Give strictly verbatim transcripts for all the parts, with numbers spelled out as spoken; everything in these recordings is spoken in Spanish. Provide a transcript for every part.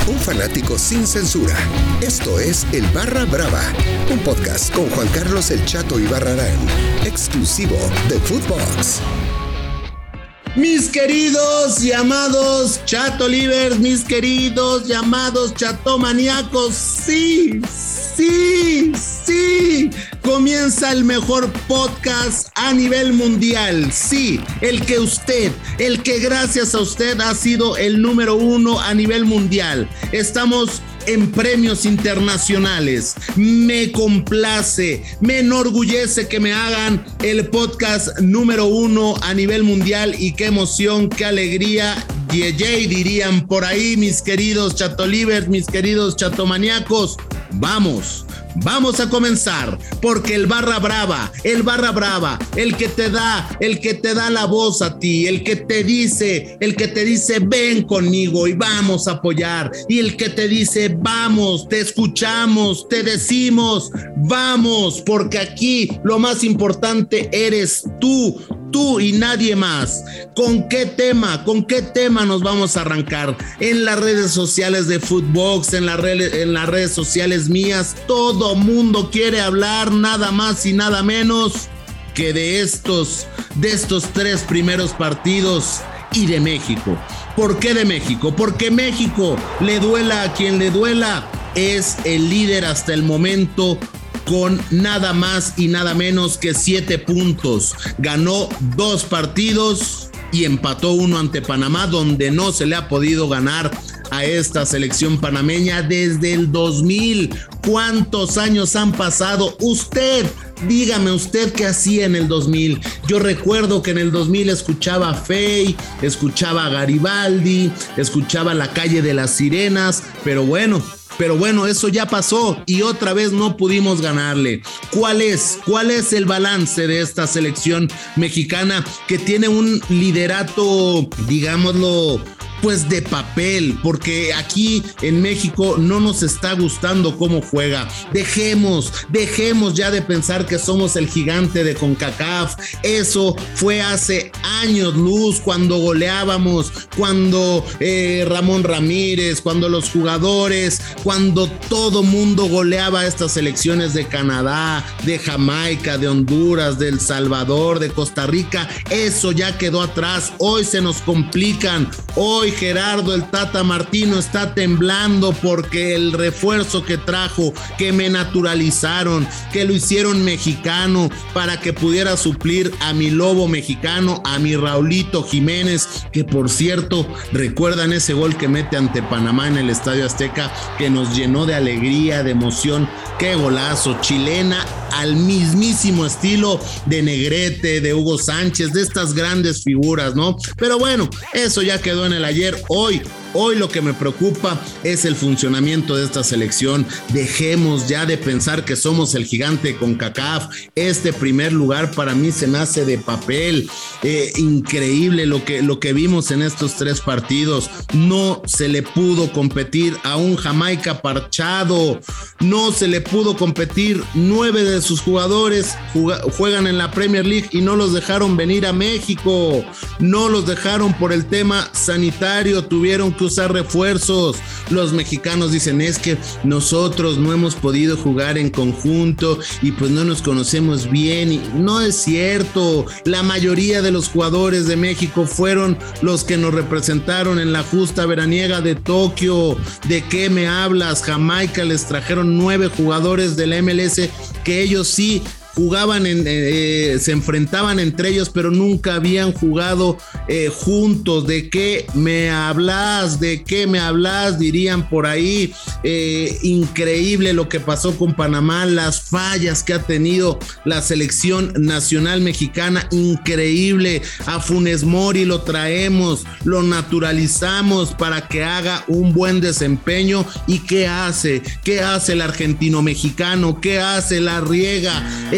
Un fanático sin censura. Esto es El Barra Brava, un podcast con Juan Carlos El Chato Ibarrarán, exclusivo de Footbox. Mis queridos y amados Chatolivers, mis queridos y amados chatomaníacos, sí, sí, sí, comienza el mejor podcast a nivel mundial, sí, el que usted, el que gracias a usted ha sido el número uno a nivel mundial. Estamos en premios internacionales. Me complace, me enorgullece que me hagan el podcast número uno a nivel mundial, y qué emoción, qué alegría, yeyey dirían por ahí, mis queridos chatolivers, mis queridos chatomaníacos. Vamos, vamos a comenzar, porque el Barra Brava, el Barra Brava, el que te da, el que te da la voz a ti, el que te dice, el que te dice ven conmigo y vamos a apoyar, y el que te dice vamos, te escuchamos, te decimos vamos, porque aquí lo más importante eres tú, tú y nadie más. ¿Con qué tema? ¿Con qué tema nos vamos a arrancar? En las redes sociales de Footbox, en, la red, en las redes sociales mías, todo mundo quiere hablar nada más y nada menos que de estos, de estos tres primeros partidos y de México. ¿Por qué de México? Porque México, le duela a quien le duela, es el líder hasta el momento, con nada más y nada menos que siete puntos. Ganó dos partidos y empató uno ante Panamá, donde no se le ha podido ganar a esta selección panameña desde el dos mil. ¿Cuántos años han pasado? Usted, dígame usted qué hacía en el dos mil. Yo recuerdo que en el dos mil escuchaba a Fey, escuchaba a Garibaldi, escuchaba La Calle de las Sirenas, pero bueno, Pero bueno, eso ya pasó y otra vez no pudimos ganarle. ¿Cuál es? ¿Cuál es el balance de esta selección mexicana que tiene un liderato, digámoslo, pues de papel? Porque aquí en México no nos está gustando cómo juega. Dejemos, dejemos ya de pensar que somos el gigante de CONCACAF. Eso fue hace años luz, cuando goleábamos, cuando eh, Ramón Ramírez, cuando los jugadores, cuando todo mundo goleaba a estas selecciones de Canadá, de Jamaica, de Honduras, de El Salvador, de Costa Rica. Eso ya quedó atrás. Hoy se nos complican. Hoy Gerardo el Tata Martino está temblando porque el refuerzo que trajo, que me naturalizaron, que lo hicieron mexicano para que pudiera suplir a mi lobo mexicano, a mi Raulito Jiménez, que por cierto, recuerdan ese gol que mete ante Panamá en el Estadio Azteca, que nos llenó de alegría, de emoción. Qué golazo, chilena al mismísimo estilo de Negrete, de Hugo Sánchez, de estas grandes figuras, ¿no? Pero bueno, eso ya quedó en el ayer. Hoy, hoy lo que me preocupa es el funcionamiento de esta selección. Dejemos ya de pensar que somos el gigante de CONCACAF. Este primer lugar para mí se me hace de papel. Eh, increíble lo que, lo que vimos en estos tres partidos. No se le pudo competir a un Jamaica parchado. No se le pudo competir. Nueve de sus jugadores juegan en la Premier League y no los dejaron venir a México. No los dejaron por el tema sanitario. Tuvieron que usar refuerzos. Los mexicanos dicen, es que nosotros no hemos podido jugar en conjunto y pues no nos conocemos bien. Y no es cierto. La mayoría de los jugadores de México fueron los que nos representaron en la justa veraniega de Tokio. ¿De qué me hablas? Jamaica les trajeron nueve jugadores de la M L S que ellos sí jugaban, en, eh, se enfrentaban entre ellos, pero nunca habían jugado eh, juntos. ¿De qué me hablas? ¿De qué me hablas? Dirían por ahí. Eh, increíble lo que pasó con Panamá, las fallas que ha tenido la selección nacional mexicana, increíble. A Funes Mori lo traemos, lo naturalizamos para que haga un buen desempeño. ¿Y qué hace? ¿Qué hace el argentino mexicano? ¿Qué hace? La riega. El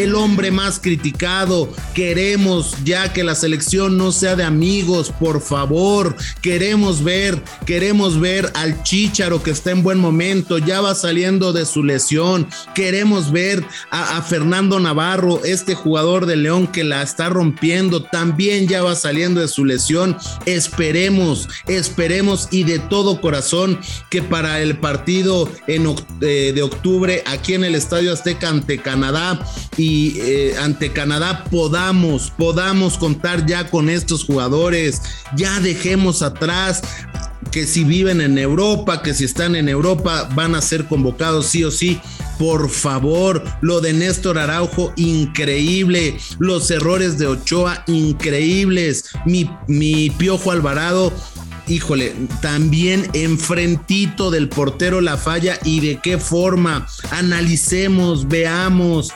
el hombre más criticado. Queremos ya que la selección no sea de amigos, por favor. Queremos ver, queremos ver al Chícharo que está en buen momento, ya va saliendo de su lesión. Queremos ver a, a Fernando Navarro, este jugador de León que la está rompiendo, también ya va saliendo de su lesión. Esperemos, esperemos y de todo corazón que para el partido en, eh, de octubre aquí en el Estadio Azteca ante Canadá y eh, ante Canadá podamos, podamos contar ya con estos jugadores. Ya dejemos atrás que si viven en Europa, que si están en Europa van a ser convocados sí o sí. Por favor, lo de Néstor Araujo, increíble. Los errores de Ochoa, increíbles. Mi, mi Piojo Alvarado, híjole, también enfrentito del portero la falla, y de qué forma. Analicemos, veamos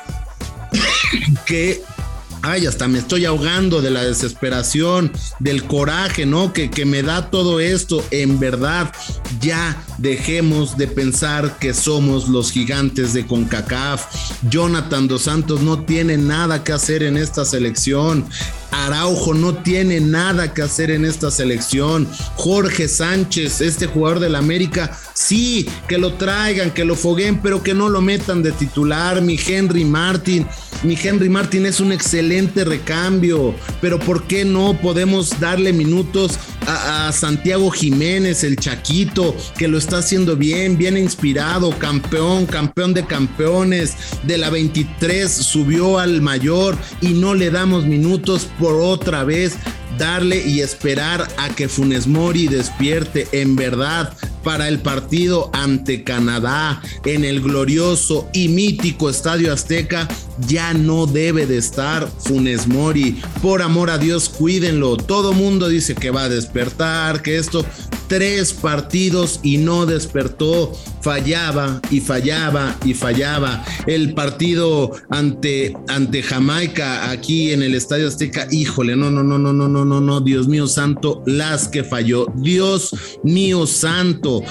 que... Ay, hasta me estoy ahogando de la desesperación, del coraje, ¿no? Que, que me da todo esto. En verdad, ya dejemos de pensar que somos los gigantes de CONCACAF. Jonathan Dos Santos no tiene nada que hacer en esta selección. Araujo no tiene nada que hacer en esta selección. Jorge Sánchez, este jugador del América, sí, que lo traigan, que lo fogueen, pero que no lo metan de titular. Mi Henry Martin, mi Henry Martin es un excelente recambio, pero ¿por qué no podemos darle minutos a, a Santiago Jiménez, el Chaquito, que lo está haciendo bien, bien inspirado, campeón, campeón de campeones, de la veintitrés subió al mayor y no le damos minutos? Por otra vez darle y esperar a que Funes Mori despierte en verdad para el partido ante Canadá en el glorioso y mítico Estadio Azteca. Ya no debe de estar Funes Mori. Por amor a Dios, cuídenlo. Todo mundo dice que va a despertar, que esto... Tres partidos y no despertó, fallaba y fallaba y fallaba. El partido ante, ante Jamaica aquí en el Estadio Azteca, híjole, no, no, no, no, no, no, no, no, Dios mío santo, las que falló, Dios mío santo.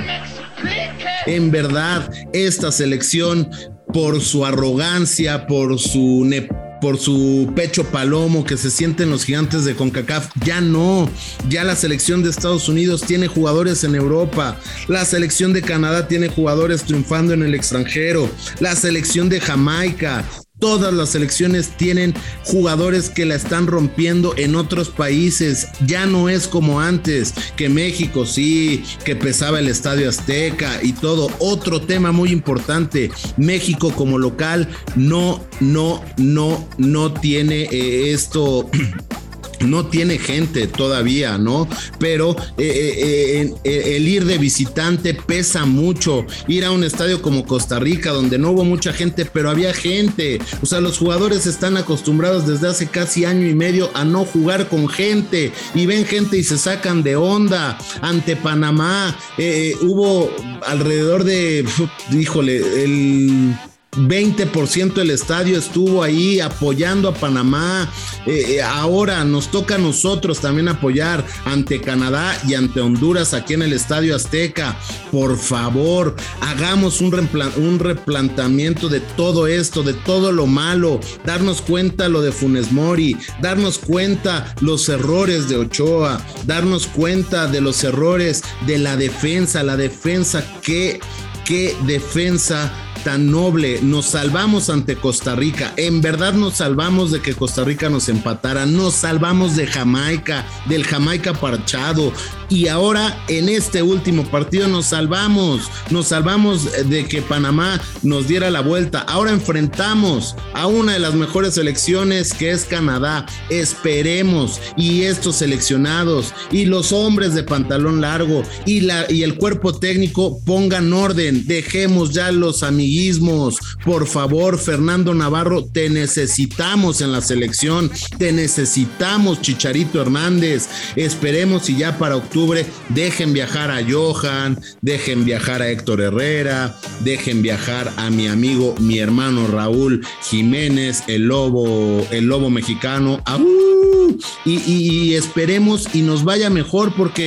En verdad, esta selección, por su arrogancia, por su ne- por su pecho palomo que se sienten los gigantes de CONCACAF, ya no, ya la selección de Estados Unidos tiene jugadores en Europa, la selección de Canadá tiene jugadores triunfando en el extranjero, la selección de Jamaica, todas las selecciones tienen jugadores que la están rompiendo en otros países. Ya no es como antes, que México sí, que pesaba el Estadio Azteca y todo. Otro tema muy importante, México como local no, no, no, no tiene eh, esto... No tiene gente todavía, ¿no? Pero eh, eh, eh, el ir de visitante pesa mucho. Ir a un estadio como Costa Rica, donde no hubo mucha gente, pero había gente. O sea, los jugadores están acostumbrados desde hace casi año y medio a no jugar con gente. Y ven gente y se sacan de onda. Ante Panamá eh, hubo alrededor de, híjole, el... veinte por ciento del estadio estuvo ahí apoyando a Panamá. Eh, ahora nos toca a nosotros también apoyar ante Canadá y ante Honduras aquí en el Estadio Azteca. Por favor, hagamos un, replan- un replanteamiento de todo esto, de todo lo malo, darnos cuenta lo de Funes Mori, darnos cuenta los errores de Ochoa, darnos cuenta de los errores de la defensa, la defensa, qué, qué defensa tan noble. Nos salvamos ante Costa Rica, en verdad nos salvamos de que Costa Rica nos empatara, nos salvamos de Jamaica, del Jamaica parchado, y ahora en este último partido nos salvamos, nos salvamos de que Panamá nos diera la vuelta. Ahora enfrentamos a una de las mejores selecciones, que es Canadá. Esperemos y estos seleccionados y los hombres de pantalón largo y, la, y el cuerpo técnico pongan orden, dejemos ya los amiguismos. Por favor, Fernando Navarro, te necesitamos en la selección, te necesitamos, Chicharito Hernández. Esperemos y ya para octubre dejen viajar a Johan, dejen viajar a Héctor Herrera, dejen viajar a mi amigo, mi hermano Raúl Jiménez, el lobo, el lobo mexicano. ¡Au! Y, y, y esperemos y nos vaya mejor, porque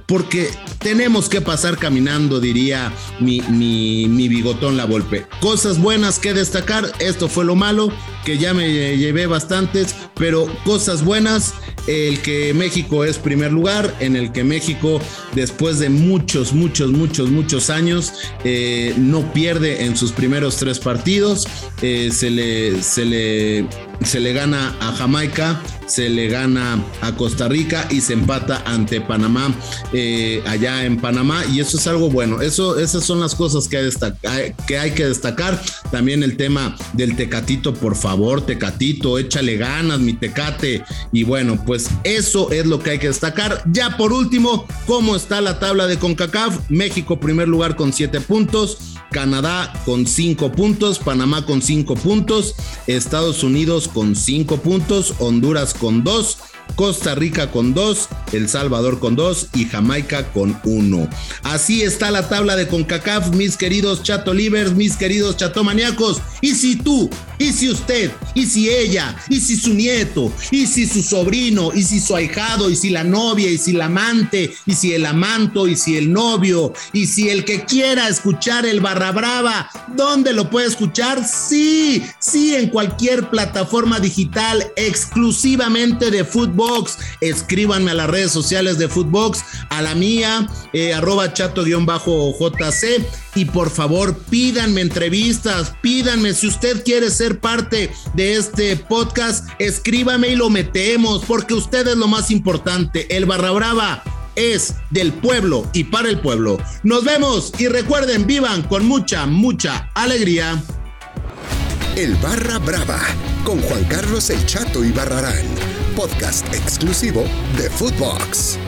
porque tenemos que pasar caminando, diría mi, mi, mi bigotón La Volpe. Cosas buenas que destacar, esto fue lo malo, que ya me llevé bastantes, pero cosas buenas, el que México es primer lugar, en el que México después de muchos, muchos, muchos, muchos años eh, no pierde en sus primeros tres partidos, eh, se le, se le, se le gana a Jamaica, se le gana a Costa Rica y se empata ante Panamá, eh, allá en Panamá, y eso es algo bueno. Eso, esas son las cosas que hay, destacar, que hay que destacar. También el tema del Tecatito, por favor, Tecatito, échale ganas, mi Tecate. Y bueno, pues eso es lo que hay que destacar. Ya por último, ¿cómo está la tabla de CONCACAF? México primer lugar con siete puntos, Canadá con cinco puntos, Panamá con cinco puntos, Estados Unidos con cinco puntos, Honduras con dos, Costa Rica con dos, El Salvador con dos y Jamaica con uno. Así está la tabla de CONCACAF, mis queridos chatolivers, mis queridos chatomaníacos. Y si tú, y si usted, y si ella, y si su nieto, y si su sobrino, y si su ahijado, y si la novia, y si la amante, y si el amanto, y si el novio, y si el que quiera escuchar el Barra Brava, ¿dónde lo puede escuchar? Sí, sí, en cualquier plataforma digital exclusivamente de Footbox. Escríbanme a las redes sociales de Footbox, a la mía, eh, arroba chato-jc, y por favor pídanme entrevistas, pídanme si usted quiere ser parte de este podcast, escríbame y lo metemos, porque usted es lo más importante. El Barra Brava es del pueblo y para el pueblo. Nos vemos y recuerden, vivan con mucha, mucha alegría. El Barra Brava con Juan Carlos El Chato Ibarrarán, podcast exclusivo de Footbox.